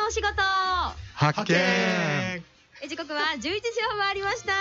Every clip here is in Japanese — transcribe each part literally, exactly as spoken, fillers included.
お仕事発見。 時刻はじゅういちじを回りました。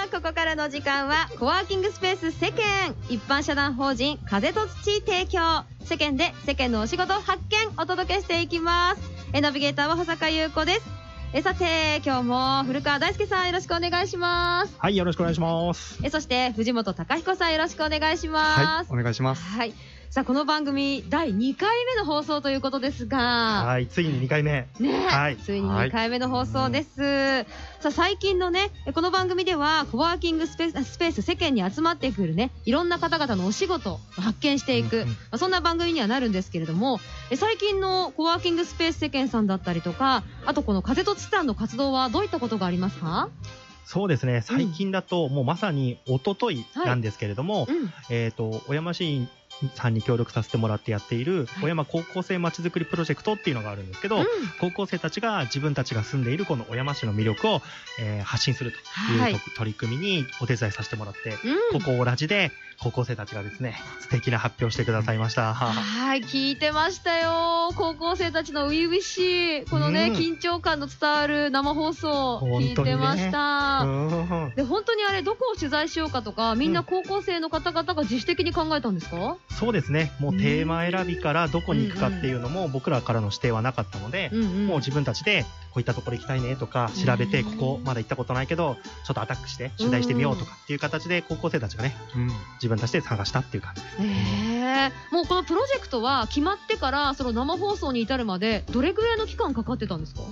ここからの時間はコワーキングスペース世間一般社団法人風と土提供世間で世間のお仕事発見お届けしていきます。えナビゲーターは保坂優子です。えさて今日も古川大輔さんよろしくお願いします。 はい、よろしくお願いします。 えそして藤本隆彦さんよろしくお願いします。 はい、お願いします。 はい。さあこの番組だいにかいめの放送ということですが、 はい、ついににかいめね、 はい、 ついににかいめの放送です、はい、さあ最近のねこの番組ではコワーキングスペース、スペース世間に集まってくるねいろんな方々のお仕事を発見していく、うんうんまあ、そんな番組にはなるんですけれども、え最近のコワーキングスペース世間さんだったりとか、あとこの風と土さんの活動はどういったことがありますか？ そうですね、最近だと、うん、もうまさに一昨日なんですけれども、はいうん、えっと小山市さんに協力させてもらってやっている小山高校生まちづくりプロジェクトっていうのがあるんですけど、うん、高校生たちが自分たちが住んでいるこの小山市の魅力を、えー、発信するという、はい、取り組みにお手伝いさせてもらって、うん、ここオラジで高校生たちがですね素敵な発表をしてくださいました。 はい、聞いてましたよ。高校生たちの初々しいこのね、うん、緊張感の伝わる生放送聞いてました、ね、うん、で本当にあれどこを取材しようかとかみんな高校生の方々が自主的に考えたんですか？うんそうですね、もうテーマ選びからどこに行くかっていうのも僕らからの指定はなかったので、うんうん、もう自分たちでこういったところ行きたいねとか調べて、ここまだ行ったことないけどちょっとアタックして取材してみようとかっていう形で高校生たちがね、うん、自分たちで探したっていう感じです。 へー、もうこのプロジェクトは決まってからその生放送に至るまでどれぐらいの期間かかってたんですか？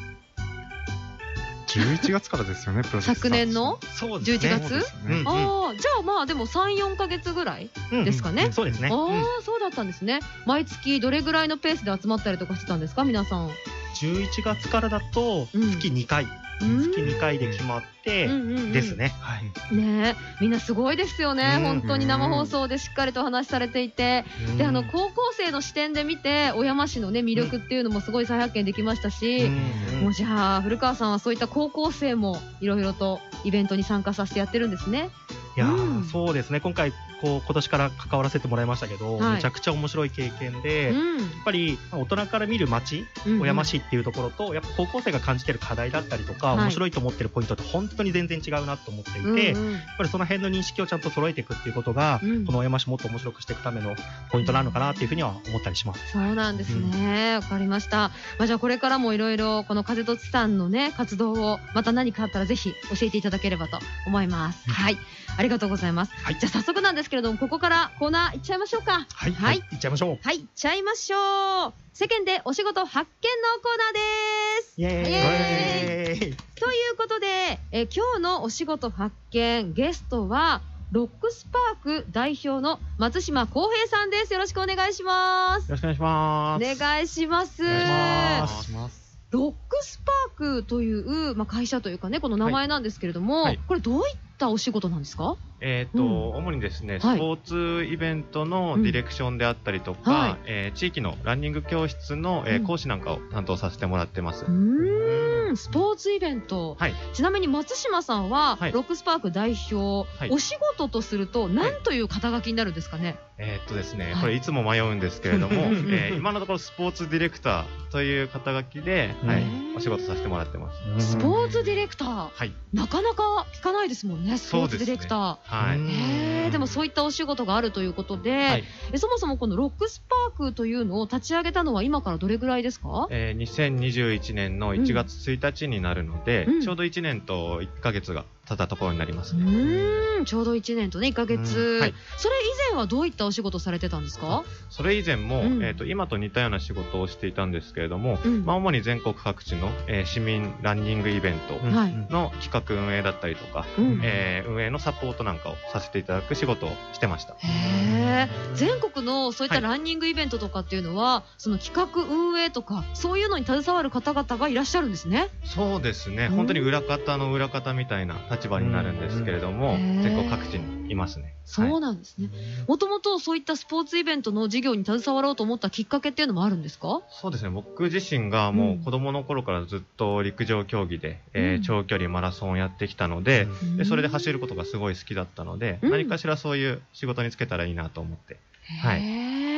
じゅういちがつからですよね、プロジェクト昨年のじゅういちがつ、 ねうん、 あじゃあまあでも さん,よん ヶ月ぐらいですかね、 うんうん、そうですね。 あ、うん、そうだったんですね。毎月どれぐらいのペースで集まったりとかしてたんですか皆さん？ じゅういちがつからだと月にかい、うん、月にかいで決まってですね、 はい、ねみんなすごいですよね、うん、本当に生放送でしっかりとお話しされていて、うん、であの高校生の視点で見て小山市の、ね、魅力っていうのもすごい再発見できましたし、うん、もうじゃあ古川さんはそういった高校生もいろいろとイベントに参加させてやってるんですね。 いや、うん、そうですね、今回こう今年から関わらせてもらいましたけど、はい、めちゃくちゃ面白い経験で、うん、やっぱり大人から見る街、うんうん、小山市っていうところとやっぱ高校生が感じてる課題だったりとか、はい、面白いと思ってるポイントって本当に全然違うなと思っていて、うんうん、やっぱりその辺の認識をちゃんと揃えていくっていうことが、うん、この小山市もっと面白くしていくためのポイントなのかなっていうふうには思ったりします。 そうなんですね、わ、うん、かりました。まあ、じゃあこれからもいろいろこの風と土さんのね活動をまた何かあったらぜひ教えていただければと思います、うん、はい、ありがとうございます、はい、じゃあ早速なんですけれどもここからコーナーいっちゃいましょうか。 はい、はい、いっちゃいましょう。 はい、いっちゃいましょう。世間でお仕事発見のコーナーです。 イエーイ、イエーイということでえ今日のお仕事発見ゲストはロックスパーク代表の松島康平さんです。よろしくお願いします。 よろしくお願いします。 お願いします。お願いします。ロックスパークという、まあ、会社というかねこの名前なんですけれども、はい、これどういったお仕事なんですか？ えーとうん、主にですね、スポーツイベントのディレクションであったりとか、うんはいえー、地域のランニング教室の、えー、講師なんかを担当させてもらってます。 うーん、スポーツイベント、はい、ちなみに松島さんは、はい、ロックスパーク代表、はい、お仕事とすると何という肩書きになるんですかね？ えーっとですね、これいつも迷うんですけれども、えー、今のところスポーツディレクターという肩書きで、はい、お仕事させてもらってます。 スポーツディレクター、はい、なかなか聞かないですもんね、スポーツディレクター。はい、えー、でもそういったお仕事があるということで、はい、えそもそもこのロックスパークというのを立ち上げたのは今からどれぐらいですか？ えー、にせんにじゅういちねんのいちがつついたちになるので、うん、ちょうどいちねんといっかげつが経ったところになりますね。うーん、ちょうどいちねんとねいっかげつ、はい、それ以前はどういったお仕事されてたんですか？ それ以前も、うんえー、と今と似たような仕事をしていたんですけれども、うんまあ、主に全国各地の、えー、市民ランニングイベントの企画運営だったりとか、うんえー、運営のサポートなんかをさせていただく仕事をしてました。 へー、全国のそういったランニングイベントとかっていうのは、はい、その企画運営とかそういうのに携わる方々がいらっしゃるんですね。 そうですね、本当に裏方の裏方みたいな立場になるんですけれども、全国各地にいますね。 そうなんですね。もともとそういったスポーツイベントの事業に携わろうと思ったきっかけっていうのもあるんですか？ そうですね、僕自身がもう子供の頃からずっと陸上競技で、うんえー、長距離マラソンをやってきたので、うん、でそれで走ることがすごい好きだったので、うん、何かしらそういう仕事に就けたらいいなと思って、はい、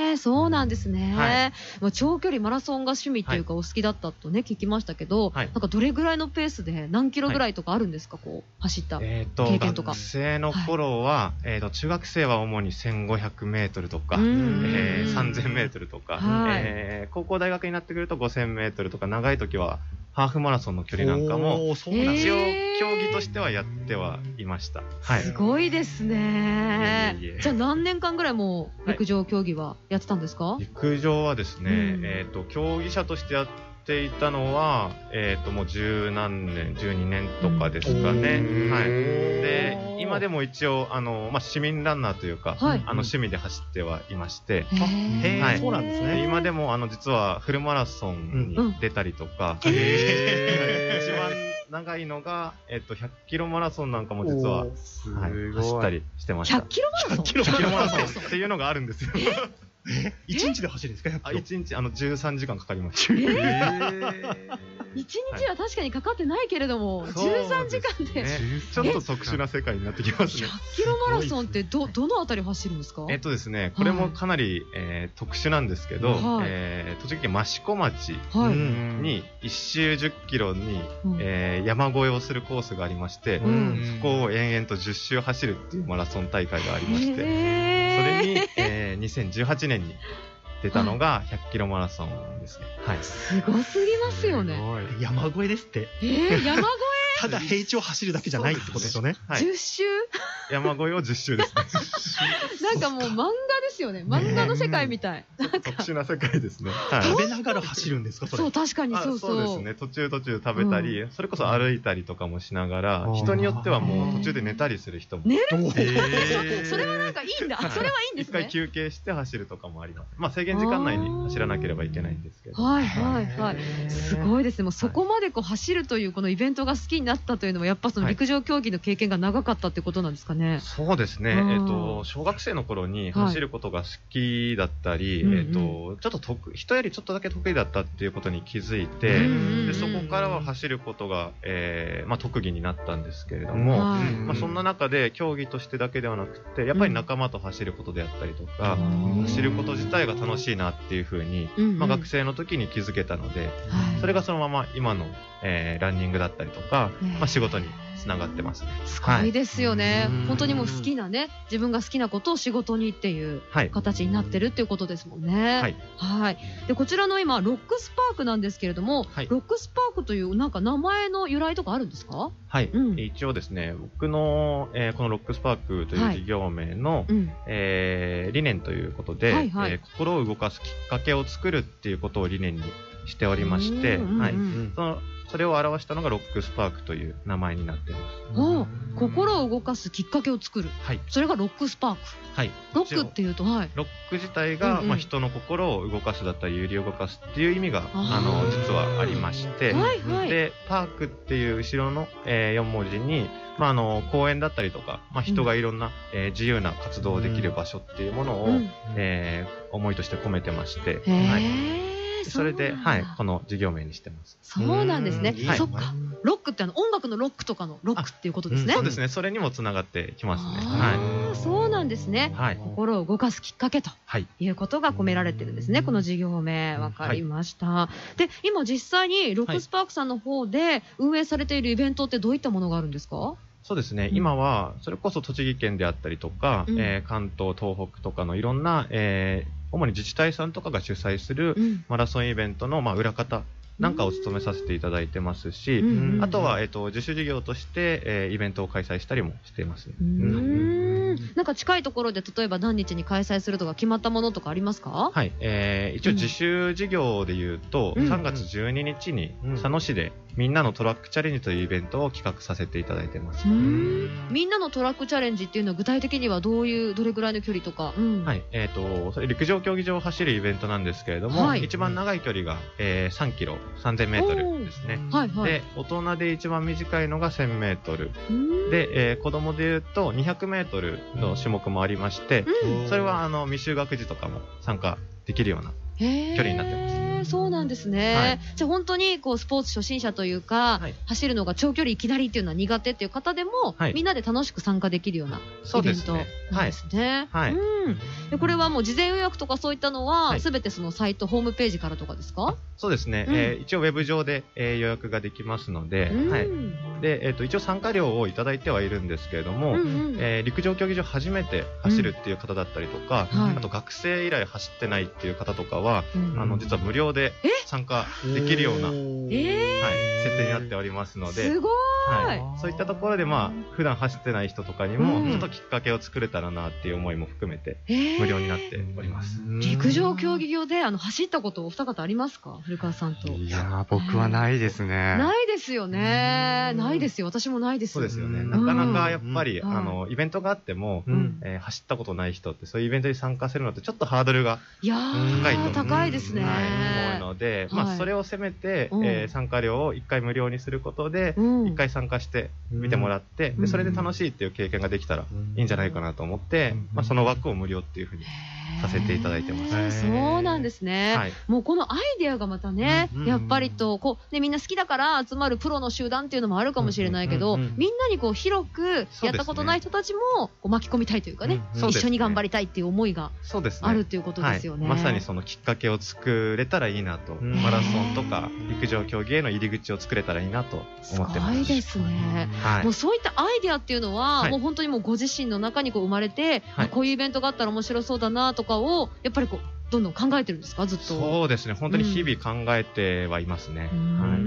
へえ、そうなんですね。 はい、 まあ長距離マラソンが趣味っていうかお好きだったとね聞きましたけど、はい、なんかどれぐらいのペースで何キロぐらいとかあるんですか、はい、こう走った経験とか。 学生の頃は、はい、えーと中学生は主にせんごひゃくメートルとか、えー、さんぜんメートルとか、はい、えー、高校大学になってくるとごせんメートルとか、長い時はハーフマラソンの距離なんかも一応競技としてはやってはいました。はい、 すごいですね。いえいえ、じゃあ何年間ぐらいもう陸上競技はやってたんですか？ はい、陸上はですね、うん、えーと競技者としてやっていたのは、えーともう十何年、じゅうにねんとかですかね。はい、で今でも一応あの、まあ、市民ランナーというか、はい、あの趣味で走ってはいまして、 はい、そうなんですね。 今でもあの実はフルマラソンに出たりとか、うん、一番長いのが、えっと、ひゃっキロマラソンなんかも実は、はい、走ったりしてました。 ひゃっキロマラソン？ ひゃっキロマラソンっていうのがあるんですよ。 え一日で走るんですか？ひゃっキロ。 一日あのじゅうさんじかんかかりました。 一日は確かにかかってないけれども、じゅうさんじかんで、 ちょっと特殊な世界になってきますね。 ひゃっキロマラソンってどどのあたり走るんですか？ えっとですね、これもかなり、えー、特殊なんですけど、はい、えー、栃木県益子町に一周じゅっキロに、うん、えー、山越えをするコースがありまして、うん、そこを延々とじゅっ周走るっていうマラソン大会がありまして、それに、えー、にせんじゅうはちねんに出たのがひゃっキロマラソンですね。はい。 すごすぎますよね。 山越えですって。 えー、山越えただ平地を走るだけじゃないってことですよね。 はい、 じゅっ周山越えをじゅっ周ですね。 なんかもう漫画ですよね。漫画の世界みたい。 特殊な世界ですね。 はい、食べながら走るんですか、それ。 そう、確かにそうそう。 そうですね。途中途中食べたり、うん、それこそ歩いたりとかもしながら、人によってはもう途中で寝たりする人も。 寝る？えー、それはなんかいいんだ。それはいいんですね。 一回休憩して走るとかもあります。まあ制限時間内に走らなければいけないんですけど。 はいはいはい。すごいですね。もうそこまでこう走るというこのイベントが好きになったというのはやっぱその陸上競技の経験が長かったってことなんですかね。 そうですね。えっと小学生の頃に走ることが好きだったり、はい、えっとちょっと得人よりちょっとだけ得意だったっていうことに気づいて、でそこからは走ることが、えー、まあ特技になったんですけれども、はい、まあそんな中で競技としてだけではなくてやっぱり仲間と走ることであったりとか、うん、走ること自体が楽しいなっていうふうに、うんうん、まあ学生の時に気づけたので、はい、それがそのまま今の、えー、ランニングだったりとか、まあ仕事につながってますね。 すごいですよね。はい、本当にもう好きなね、自分が好きなことを仕事にっていう形になってるっていうことですもんね。はい。はい。でこちらの今ロックスパークなんですけれども、はい、ロックスパークというなんか名前の由来とかあるんですか？ はい。うん、一応ですね、僕の、えー、このロックスパークという事業名の、はい、うん、えー、理念ということで、はいはい、えー、心を動かすきっかけを作るっていうことを理念にしておりまして、はい。そのそれを表したのがロックスパークという名前になっています。 お心を動かすきっかけを作る。はい。それがロックスパーク。はい。ロックっていうと、はい。 ロック自体が、うんうん、まあ人の心を動かすだったり、揺り動かすっていう意味が、あの、実はありまして、はいはい、で、パークっていう後ろの、えー、よん文字に、まああの、公園だったりとか、まあ人がいろんな、うん、えー、自由な活動できる場所っていうものを、うん、えー、思いとして込めてまして、はい。それで、はい、この事業名にしてます。 そうなんですね。そっか。ロックってあの音楽のロックとかのロックっていうことですね。 そうですね。それにもつながってきますね。 はい。そうなんですね。はい。心を動かすきっかけということが込められてるんですね。この事業名わかりました。で、今実際にロックスパークさんの方で運営されているイベントってどういったものがあるんですか？ そうですね、うん、今はそれこそ栃木県であったりとか、うん、えー、関東、東北とかのいろんな、えー、主に自治体さんとかが主催するマラソンイベントの、まあ、裏方なんかを務めさせていただいてますし、うん、あとは、えーと、自主事業として、えー、イベントを開催したりもしています。 うーん、なんか近いところで例えば何日に開催するとか決まったものとかありますか？ はい、えー、一応自主事業でいうと、うん、さんがつじゅうににちに佐野市でみんなのトラックチャレンジというイベントを企画させていただいてます。 うーん、みんなのトラックチャレンジっていうのは具体的にはどういうどれぐらいの距離とか？うん、 はい、えーとそれ陸上競技場を走るイベントなんですけれども、はい、一番長い距離が、えー、さんキロさんぜんメートルですね。はいはい、で大人で一番短いのがせんメートルで、えー、子供でいうとにひゃくメートルの種目もありまして、うん、それはあの未就学児とかも参加できるような距離になってます。 ー、そうなんですね、はい、じゃあ本当にこうスポーツ初心者というか、はい、走るのが長距離いきなりっていうのは苦手っていう方でも、はい、みんなで楽しく参加できるようなイベントなんですね。でこれはもう事前予約とかそういったのは、はい、全てそのサイトホームページからとかですか？ そうですね、うん、えー、一応ウェブ上で、えー、予約ができますので、はい、で、えー、と一応参加料をいただいてはいるんですけれども、うんうん、えー、陸上競技場初めて走るっていう方だったりとか、うん、はい、あと学生以来走ってないっていう方とかは、うん、あの実は無料で参加できるような、えーはい、設定になっておりますので、 すごい、 はい、そういったところで、まあ、普段走ってない人とかにもちょっときっかけを作れたらなっていう思いも含めて無料になっております。 えー、陸上競技場であの走ったことお二方ありますか？古川さんと。 いや僕はないですね。 ないですよね。ないですよ。私もないですよ。 そうですよね。なかなかやっぱり、あのイベントがあっても、えー、走ったことない人ってそういうイベントに参加するのってちょっとハードルが高いと高いですね、 はい、思うので、はい、まあ、それをせめて、えー、参加料をいっかい無料にすることで、うん、いっかい参加して見てもらって、うん、でそれで楽しいっていう経験ができたらいいんじゃないかなと思って、うん、まあ、その枠を無料っていうふうにさせていただいてます。 そうなんですね、はい、もうこのアイデアがまたね、うん、やっぱりとこう、ね、みんな好きだから集まるプロの集団っていうのもあるかもしれないけど、うんうんうん、みんなにこう広くやったことない人たちもこう巻き込みたいというかね、うんうん、一緒に頑張りたいっていう思いがあるっていうことですよね。 はい、まさにそのきっかけを作れたらいいなと、マラソンとか陸上競技への入り口を作れたらいいなと思ってます。 すごいですね、はい、もうそういったアイデアっていうのは、はい、もう本当にもうご自身の中にこう生まれて、はい、こういうイベントがあったら面白そうだなとかをやっぱりこうどんどん考えてるんですか？ずっと。 そうですね、本当に日々考えてはいますね、うん、はい、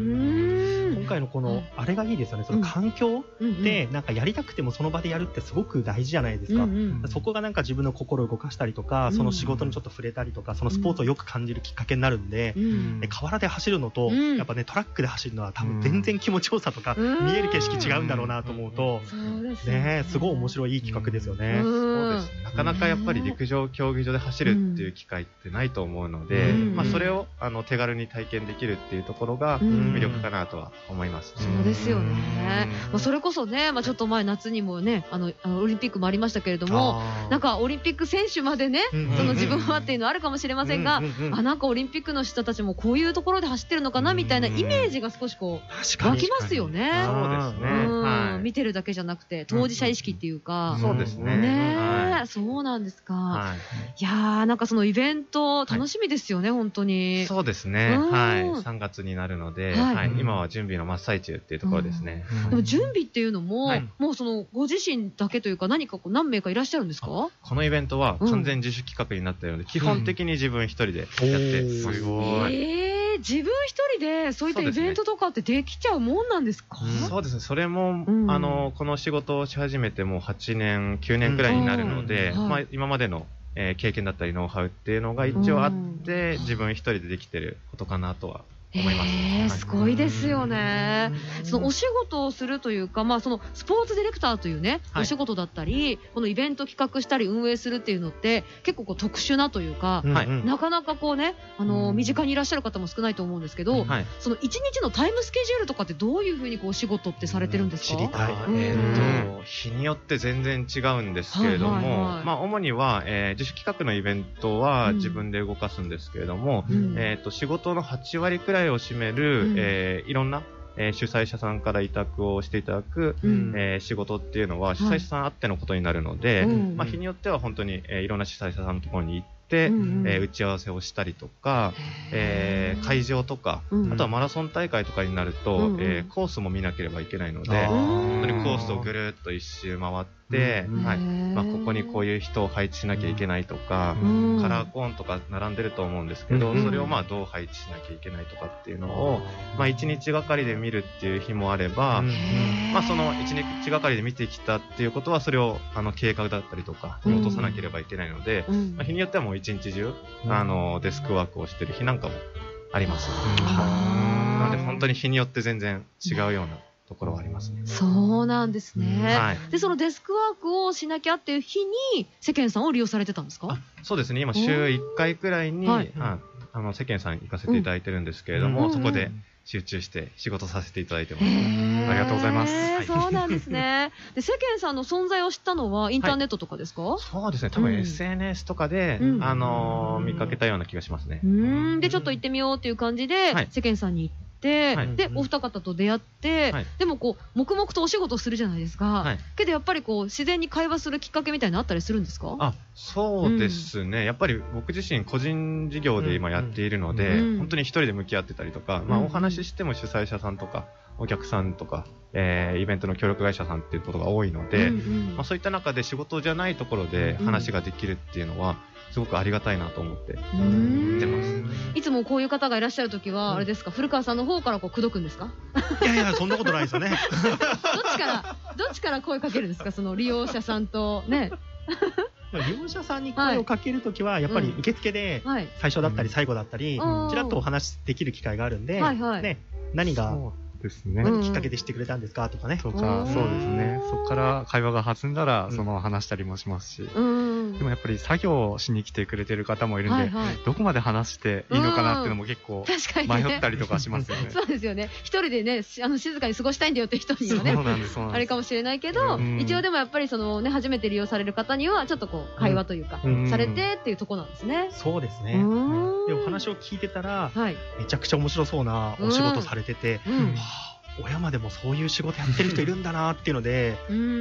今回のこのあれがいいですよね。その環境でなんかやりたくてもその場でやるってすごく大事じゃないですか、うんうん、そこがなんか自分の心を動かしたりとか、その仕事にちょっと触れたりとか、そのスポーツをよく感じるきっかけになるんで、うん、で河原で走るのと、うん、やっぱねトラックで走るのは多分全然気持ちよさとか、うん、見える景色違うんだろうなと思うと、うんね、ねすごい面白いいい企画ですよね、 うん、そうです。なかなかやっぱり陸上競技場で走るっていう機会ってないと思うので、うん、まあ、それをあの手軽に体験できるっていうところが魅力かなとは思います、 うん、そうですよね、まあ、それこそね、まあ、ちょっと前夏にもねあのあのオリンピックもありましたけれども、なんかオリンピック選手までね、その自分はっていうのはあるかもしれませんが、あなんかオリンピックの人たちもこういうところで走ってるのかなみたいなイメージが少しこう湧きますよね。 そうですね、 うん、はい、見てるだけじゃなくて当事者意識っていうか、 そうですね、 ね、 はい、 そうなんですか、はい、いやーなんかそのイベント楽しみですよね、はい、本当に。 そうですね、はい、さんがつになるので、はいはい、今は準備の真っ最中っていうところですね、 うん、でも準備っていうのも、はい、もうそのご自身だけというか何かこう何名かいらっしゃるんですか？ このイベントは完全自主企画になっているので、うん、基本的に自分一人でやってます、うん、 えー、自分一人でそういったイベントとかってできちゃうもんなんですか？ そうですね、それも、うん、あのこの仕事をし始めてもうはちねんきゅうねんくらいになるので、うん、まあ、今までのえー、経験だったりノウハウっていうのが一応あって、うん、自分一人でできてることかなとは思います、 えー、すごいですよね。そのお仕事をするというか、まあ、そのスポーツディレクターというね、はい、お仕事だったりこのイベント企画したり運営するっていうのって結構こう特殊なというか、はい、なかなかこうねあの身近にいらっしゃる方も少ないと思うんですけど、はい、そのいちにちのタイムスケジュールとかってどういうふうにこうお仕事ってされてるんですか？ 知りたい、えー、と日によって全然違うんですけれども、はいはいはい、まあ、主には、えー、自主企画のイベントは自分で動かすんですけれども、うん、えー、と仕事のはちわりくらいを占める、うん、えー、いろんな、えー、主催者さんから委託をしていただく、うん、えー、仕事っていうのは主催者さんあってのことになるので、はい、まあ、日によっては本当に、えー、いろんな主催者さんのところに行って、うんうん、えー、打ち合わせをしたりとか、えー、会場とか、うん、あとはマラソン大会とかになると、うん、えー、コースも見なければいけないので、本当にコースをぐるっと一周回ってで、はい、まあ、ここにこういう人を配置しなきゃいけないとか、うん、カラーコーンとか並んでると思うんですけど、うん、それをまあどう配置しなきゃいけないとかっていうのを、まあ、いちにちがかりで見るっていう日もあれば、うん、まあ、そのいちにちがかりで見てきたっていうことはそれをあの計画だったりとかに落とさなければいけないので、うん、まあ、日によってはもう一日中、うん、あのデスクワークをしてる日なんかもあります、うん、なので本当に日によって全然違うようなところはありますね。 そうなんですね、はい、でそのデスクワークをしなきゃっていう日に世間さんを利用されてたんですか？ そうですね、今週いっかいくらいに、はい、ああの世間さんに行かせていただいてるんですけれども、うん、そこで、 集中して仕事させていただいてます。 ありがとうございます。 はい、そうなんですね。で、世間さんの存在を知ったのはインターネットとかですか？はい、 そうですね。多分 エスエヌエス とかで、うん、あのー、見かけたような気がしますね。 うん。で、ちょっと行ってみようっていう感じで、はい、世間さんに行って、はい、で、お二方と出会って、はい、でもこう黙々とお仕事をするじゃないですか、はい、けどやっぱりこう自然に会話するきっかけみたいなのあったりするんですか？ あ、そうですね、うん、やっぱり僕自身個人事業で今やっているので、うん、本当に一人で向き合ってたりとか、うん、まあ、お話ししても主催者さんとかお客さんとか、えー、イベントの協力会社さんっていうことが多いので、うんうん、まあ、そういった中で仕事じゃないところで話ができるっていうのはすごくありがたいなと思って見てます。 いつもこういう方がいらっしゃるときはあれですか、古川さんの方からこう口説くんですか？ いやいや、そんなことないですよね。どっちからどっちから声かけるんですか、その利用者さんとね。 利用者さんに声をかけるときはやっぱり受付で最初だったり最後だったりちらっとお話できる機会があるんで、ね、何がですね、 何きっかけで知ってくれたんですかとかね、 とか、そうですね、そこから会話が弾んだらそのまま話したりもしますし、うん、でもやっぱり作業しに来てくれてる方もいるんで、はいはい、どこまで話していいのかなっていうのも結構迷ったりとかしますよね。 そうですよね、一人でね、あの静かに過ごしたいんだよって人にはねあれかもしれないけど、うん、一応でもやっぱりその、ね、初めて利用される方にはちょっとこう会話というか、うん、されてっていうところなんですね。 そうですね。でお話を聞いてたら、はい、めちゃくちゃ面白そうなお仕事されてて、うんうん、小山でもそういう仕事やってる人いるんだなっていうので、うん、うん、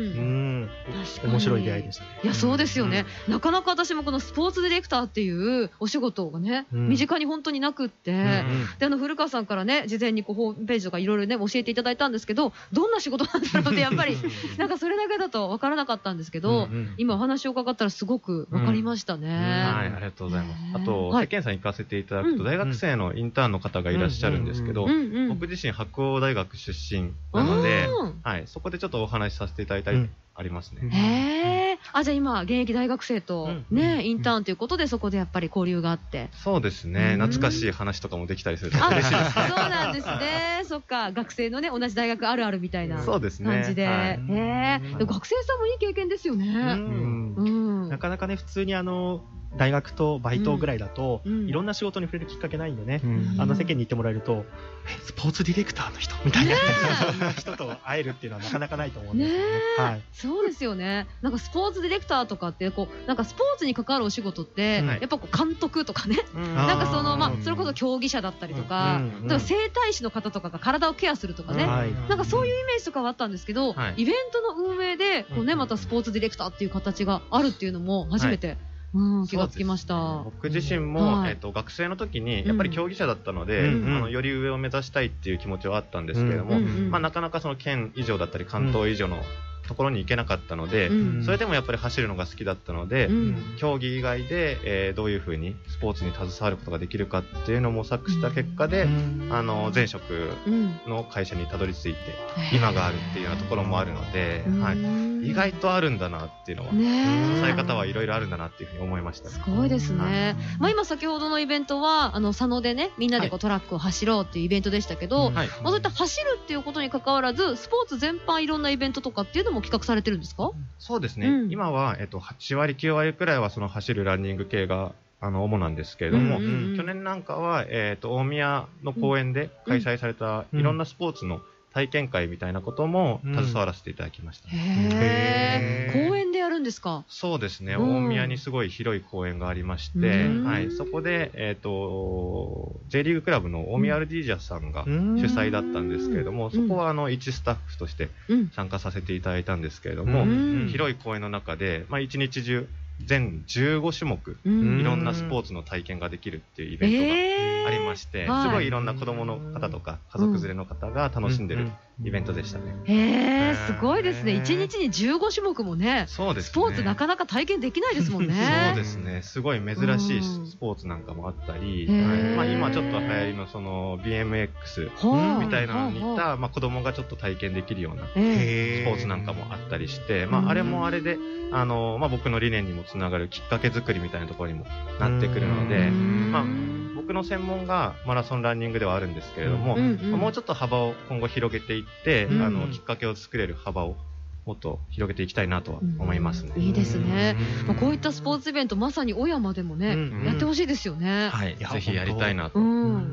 面白い出会いでしたね。 いや、そうですよね、うん、なかなか私もこのスポーツディレクターっていうお仕事がね、うん、身近に本当になくって、うんうん、であの古川さんからね事前にこうホームページとかいろいろね教えていただいたんですけど、どんな仕事なんだろうってやっぱりなんかそれだけだと分からなかったんですけど、うんうん、今お話を伺ったらすごく分かりましたね、うんうん、 はい、ありがとうございます。あと、はい、世間さん行かせていただくと、大学生のインターンの方がいらっしゃるんですけど、僕自身白鴎大学出身なので、はい、そこでちょっとお話しさせていただいたりありますね。うん、 へー、あ、じゃあ今現役大学生とね、うん、インターンということでそこでやっぱり交流があって、 そうですね、懐かしい話とかもできたりすると嬉しいですね。 そうなんですね。そっか、学生のね同じ大学あるあるみたいな感じで、 そうですね、 へー、で学生さんもいい経験ですよね。うんうん、なかなかね普通にあの大学とバイトぐらいだと、うん、いろんな仕事に触れるきっかけないんでね、うん、あの世間に行ってもらえると、えスポーツディレクターの人みたいな、ね、そんな人と会えるっていうのはなかなかないと思うんですよね。 はい、そうですよね。なんかスポーツディレクターとかってこうなんかスポーツに関わるお仕事って、うん、やっぱこう監督とかね、うん、なんかそのまあそれこそ競技者だったりとか、うん、だから整体師の方とかが体をケアするとかね、うん、なんかそういうイメージとかはあったんですけど、はい、イベントの運営でこうねまたスポーツディレクターっていう形があるっていうのも初めて、はい、うん、気がつきました。ね、 僕自身も、はい、えっと、学生の時にやっぱり競技者だったので、うん、あのより上を目指したいっていう気持ちはあったんですけれども、うん、まあ、なかなかその県以上だったり関東以上のところに行けなかったので、うん、それでもやっぱり走るのが好きだったので、うん、競技以外で、えー、どういうふうにスポーツに携わることができるかっていうのを模索した結果で、うん、あの前職の会社にたどり着いて、うん、今があるっていうようなところもあるので、うん、はい、意外とあるんだなっていうのは、支え方はいろいろあるんだなっていうふうに思いました。 すごいですね。まあ、今先ほどのイベントはあの佐野でねみんなでこうトラックを走ろうっていうイベントでしたけど、はい、まあ、そういった走るっていうことに関わらずスポーツ全般いろんなイベントとかっていうのも企画されてるんですか？ そうですね、うん、今は、えっと、はちわりきゅうわりくらいはその走るランニング系があの主なんですけれども、うんうんうん、去年なんかは、えっと、大宮の公園で開催されたいろんなスポーツの体験会みたいなことも携わらせていただきました。うん、 へー、公園でやるんですか？ そうですね、大宮にすごい広い公園がありまして、はい、そこで、えーと、J リーグクラブの大宮アルディージャさんが主催だったんですけれども、そこはあの一スタッフとして参加させていただいたんですけれども、広い公園の中で、まあ、一日中全じゅうごしゅもくいろんなスポーツの体験ができるっていうイベントがありまして、えー、すごいいろんな子どもの方とか家族連れの方が楽しんでるイベントでしたね。 へえ、すごいですね。いちにちにじゅうごしゅもくもね、そうですね、スポーツなかなか体験できないですもんね。 そうですね、すごい珍しいスポーツなんかもあったり、まあ、今ちょっと流行りのその ビーエムエックス みたいなのにいったまあ子どもがちょっと体験できるようなスポーツなんかもあったりして、まあ、あれもあれであの、まあ、僕の理念にもつながるきっかけ作りみたいなところにもなってくるので、まあ、僕の専門がマラソンランニングではあるんですけれども、うんうん、もうちょっと幅を今後広げていって、うん、あのきっかけを作れる幅をもっと広げていきたいなとは思いますね。 うん、いいですね。まあ、こういったスポーツイベントまさに小山でもね、うんうん、やってほしいですよね。 はい、ぜひやりたいなと。うん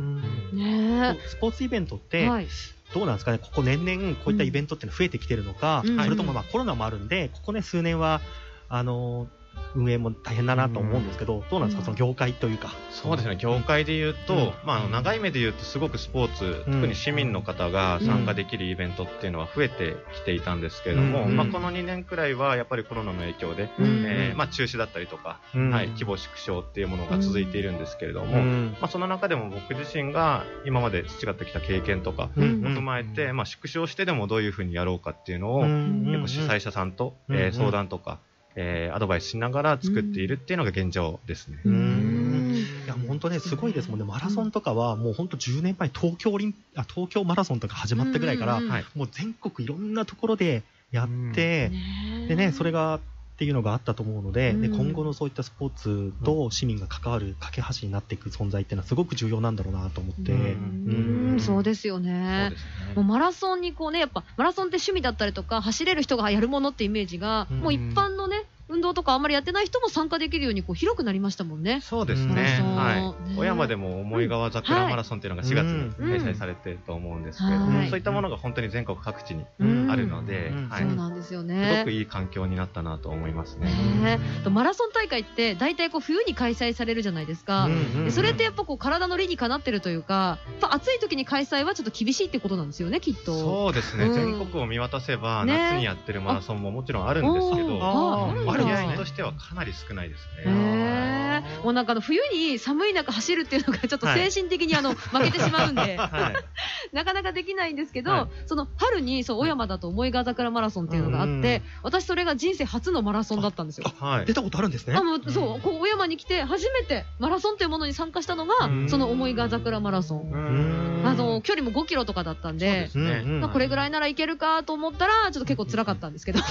ね、スポーツイベントって、はい、どうなんですかね、ここ年々こういったイベントっての増えてきてるのか、うん、それともまあコロナもあるんで、ここね数年はあのー運営も大変だなと思うんですけど、どうなんですか、その業界というか。 そうですね、業界で言うと、うん、まあ、あの長い目で言うとすごくスポーツ、うん、特に市民の方が参加できるイベントっていうのは増えてきていたんですけれども、うん、まあ、このにねんくらいはやっぱりコロナの影響で、うん、えー、まあ、中止だったりとか、うん、はい、規模縮小っていうものが続いているんですけれども、うん、まあ、その中でも僕自身が今まで培ってきた経験とかを踏まえて、まあ、縮小してでもどういうふうにやろうかっていうのを、結構主催者さんと、えー、相談とか、えー、アドバイスしながら作っているっていうのが現状ですね。 うーん、いやもう本当ねすごいですもんね。マラソンとかはもう本当じゅうねんまえ東京オリンあ東京マラソンとか始まったぐらいから、もう全国いろんなところでやって、でねそれがっていうのがあったと思うので、で今後のそういったスポーツと市民が関わる架け橋になっていく存在っていうのはすごく重要なんだろうなと思って。 うんうん、そうですよね。もうマラソンにこうね、やっぱマラソンって趣味だったりとか走れる人がやるものってイメージが、うん、もう一般のね運動とかあんまりやってない人も参加できるようにこう広くなりましたもんね。 そうですね。はい。小山でも思い川桜マラソンっていうのがしがつに開催されてると思うんですけれども、そういったものが本当に全国各地にあるので、 はい、そうなんですよね。 すごくいい環境になったなと思いますね。 ね、マラソン大会って大体こう冬に開催されるじゃないですか。でそれってやっぱこう体の理にかなってるというか、やっぱ暑い時に開催はちょっと厳しいってことなんですよね、きっと。 そうですね。全国を見渡せば夏にやってるマラソンももちろんあるんですけど、割合としてはかなり少ないですね。 へー、もうなんかあの冬に寒い中走るっていうのがちょっと精神的にあの負けてしまうんで、はい、なかなかできないんですけど、はい、その春にそう小山だと思い川桜マラソンっていうのがあって、私それが人生初のマラソンだったんですよ。 はい、出たことあるんですね。 あもうそう、こう小山に来て初めてマラソンというものに参加したのがその思い川桜マラソン。あの距離もごキロとかだったんで、そうですね、これぐらいならいけるかと思ったらちょっと結構辛かったんですけど。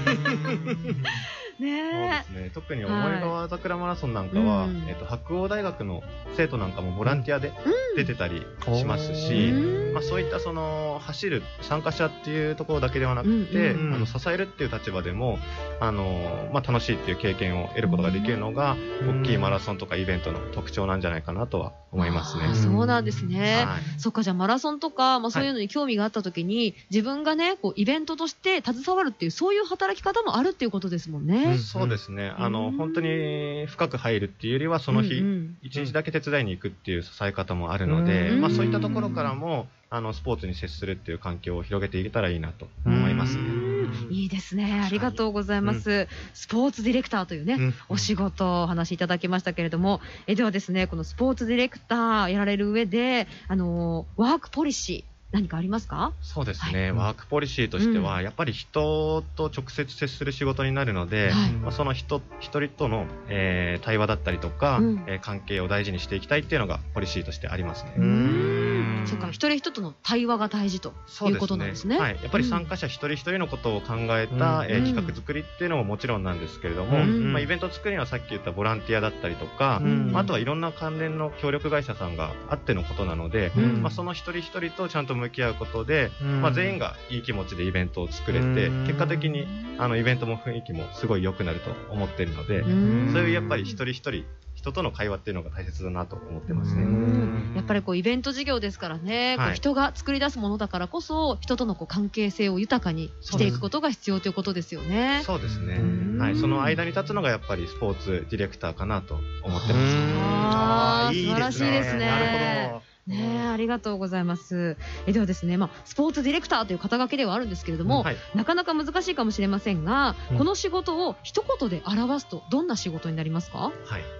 ねえ、 特に思い川桜マラソンなんかは、はい、えっと、白鴎大学の生徒なんかもボランティアで出てたりしますし、うん、まあ、そういったその走る参加者っていうところだけではなくて、うんうん、あの支えるっていう立場でもあの、まあ、楽しいっていう経験を得ることができるのが、うん、大きいマラソンとかイベントの特徴なんじゃないかなとは思いますね。 そうなんですね。はい、そっか、じゃあマラソンとか、まあ、そういうのに興味があった時に、はい、自分がねこうイベントとして携わるっていうそういう働き方もあるっていうことですもんね。 うん、そうですね。あの本当に深く入るっていうよりはその日一日だけ手伝いに行くっていう支え方もあるので、まあ、そういったところからもあのスポーツに接するっていう環境を広げていけたらいいなと思いますね。 いいですね。ありがとうございます。はい、スポーツディレクターというね、うん、お仕事をお話しいただきましたけれども、えではですね、このスポーツディレクターやられる上で、あのワークポリシー何かありますか？ そうですね、はい、ワークポリシーとしては、うん、やっぱり人と直接接する仕事になるので、はい、まあ、その人一人との、えー、対話だったりとか、うん、えー、関係を大事にしていきたいっていうのがポリシーとしてありますね。うーん、そうか、一人一人との対話が大事ということなんですね。 はい、やっぱり参加者一人一人のことを考えた、うん、えー、企画作りっていうのももちろんなんですけれども、うん、まあ、イベント作りにはさっき言ったボランティアだったりとか、うん、あとはいろんな関連の協力会社さんがあってのことなので、うん、まあ、その一人一人とちゃんと向き合うことで、まあ、全員がいい気持ちでイベントを作れて、結果的にあのイベントも雰囲気もすごい良くなると思っているので、そういうやっぱり一人一人人との会話っていうのが大切だなと思ってますね。 やっぱりこうイベント事業ですからね、はい、こう人が作り出すものだからこそ人とのこう関係性を豊かにしていくことが必要ということですよね。 そうですね、はい、その間に立つのがやっぱりスポーツディレクターかなと思ってます。 あー、素晴らしいですね。なるほどね、ありがとうございます。えではですね、まあ、スポーツディレクターという肩書きではあるんですけれども、うん、はい、なかなか難しいかもしれませんが、うん、この仕事を一言で表すとどんな仕事になりますか？ はい、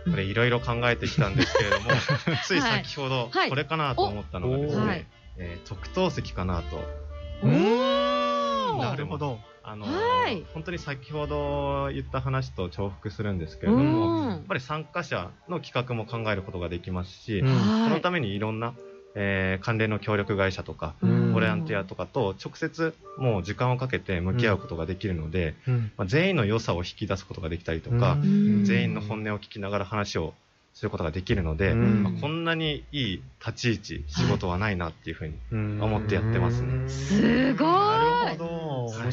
これいろいろ考えてきたんですけれども、つい先ほどこれかなと思ったのがですね、はい、えー、特等席かなと。 おー、 なるほど。 あのはい、本当に先ほど言った話と重複するんですけれども、やっぱり参加者の企画も考えることができますし、うん、そのためにいろんな、えー、関連の協力会社とかボランティアとかと直接もう時間をかけて向き合うことができるので、うん、まあ、全員の良さを引き出すことができたりとか、うん、全員の本音を聞きながら話をすることができるので、うん、まあ、こんなにいい立ち位置仕事はないなっていうふうに思ってやってますね。 すごい。 なるほど、面白い。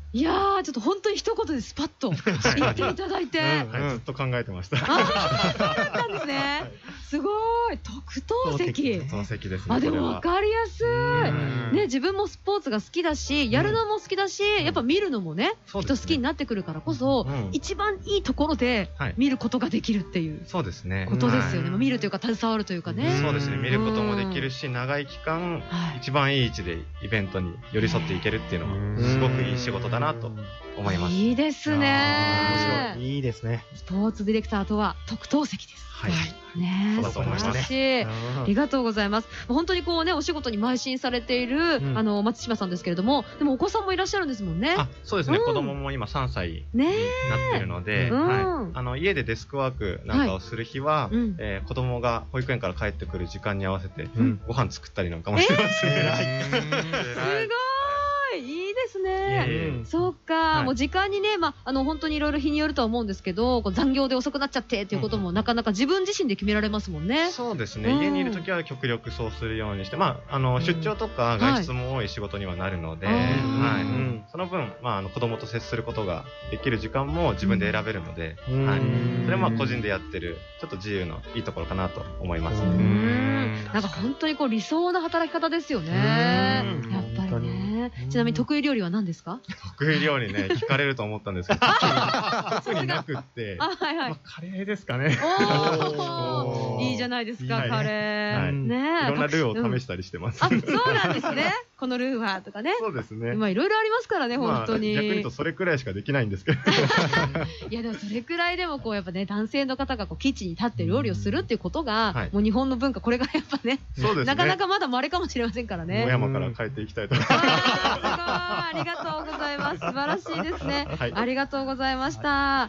いやー、ちょっと本当に一言でスパッと言っていただいて、 はい、ずっと考えてました。 ああ、そうだったんですね。すごい、特等席。 特等席ですね。 あ、でも分かりやすい。ね、自分もスポーツが好きだし、やるのも好きだし、やっぱ見るのもね、人好きになってくるからこそ、一番いいところで見ることができるっていう。 そうですね。 ことですよね。見るというか、携わるというかね。 そうですね。見ることもできるし、長い期間、一番いい位置でイベントに寄り添っていけるっていうのは、すごくいい仕事だなと思います。 いいですね。 いいですね。 スポーツディレクターとは特等席です。 はい。 ね、素晴らしい。ありがとうございます。本当にこうね、お仕事に邁進されているあの松島さんですけれども、でもお子さんもいらっしゃるんですもんね。 あ、そうですね。子供も今さんさいになってるので、はい。あの家でデスクワークなんかをする日は、え子供が保育園から帰ってくる時間に合わせてご飯作ったりなんかもしてますね。 すごい。いいですね。そうか、もう時間にね、まあ、あの本当にいろいろ日によるとは思うんですけど、残業で遅くなっちゃってっていうこともなかなか自分自身で決められますもんね。 そうですね。家にいるときは極力そうするようにして、まあ、あの出張とか外出も多い仕事にはなるので、はい。その分、まあ、あの子供と接することができる時間も自分で選べるので、はい。それはまあ個人でやってるちょっと自由のいいところかなと思います。 なんか本当にこう理想な働き方ですよね。やっぱりね。ちなみに得意料理は何ですか？ 得意料理ね、聞かれると思ったんですけど、特になくって、カレーですかね。 いいじゃないですか、カレー。 ね、いろんなルーを試したりしてます。 あ、そうなんですね。このルーはとかね。 そうですね。 まあいろいろありますからね、本当に。 逆に言うとそれくらいしかできないんですけど。 いやでもそれくらいでもこうやっぱね、男性の方がこうキッチンに立って料理をするっていうことが、もう日本の文化、これがやっぱね、なかなかまだ稀かもしれませんからね。 小山から帰っていきたいと思います。 ありがとうございます。素晴らしいですね。ありがとうございました。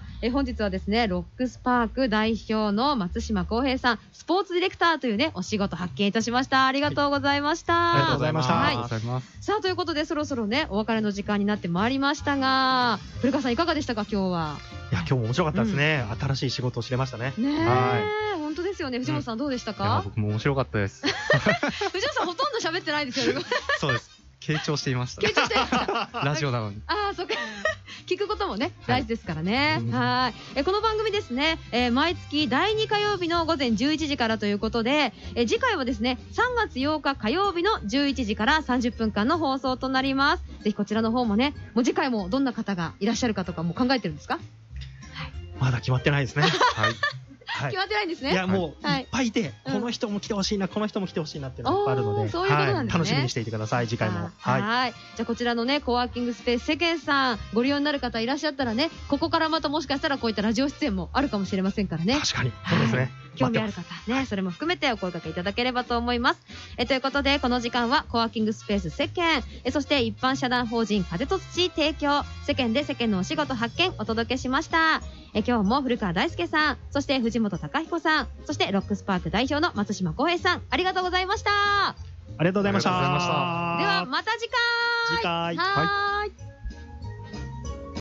え本日はですね、ロックスパーク代表の松島康平さん、スポーツディレクターというね、お仕事発見いたしました。ありがとうございました。 ありがとうございました。 はい。さあということでそろそろねお別れの時間になってまいりましたが、古川さんいかがでしたか今日は？ いや今日も面白かったですね。うん、新しい仕事を知れましたね。 ねえ、はい、本当ですよね。藤本さんどうでしたか？ うん、僕も面白かったです。 藤本さんほとんど喋ってないですよね。 そうです。傾聴していました。 傾聴してました。 ラジオなのに。 ああ、そっか。聞くこともね、大事ですからね。はい。えこの番組ですね、えー、毎月だいに火曜日の午前じゅういちじからということで、えー、次回はですね、さんがつようか火曜日のじゅういちじからさんじゅっぷんかんの放送となります。ぜひこちらの方もね、もう次回もどんな方がいらっしゃるかとかも考えてるんですか？はい。 まだ決まってないですね。はい。 決まってないんですね。 いやもういっぱいいて、この人も来てほしいな、この人も来てほしいなっていうのがいっぱいあるので、 そういうことなんですね。 楽しみにしていてください。次回も。 はい。じゃあこちらのねコワーキングスペース世間さんご利用になる方いらっしゃったらね、ここからまたもしかしたらこういったラジオ出演もあるかもしれませんからね。 確かに。そうですね。 興味ある方ね、それも含めてお声掛けいただければと思います。えということでこの時間はコワーキングスペース世間、えそして一般社団法人風と土提供、世間で世間のお仕事発見お届けしました。え今日も古川大輔さん、そして藤本隆彦さん、そしてロックスパーク代表の松島康平さん、ありがとうございました。 ありがとうございました。ではまた次回。 次回。 はい。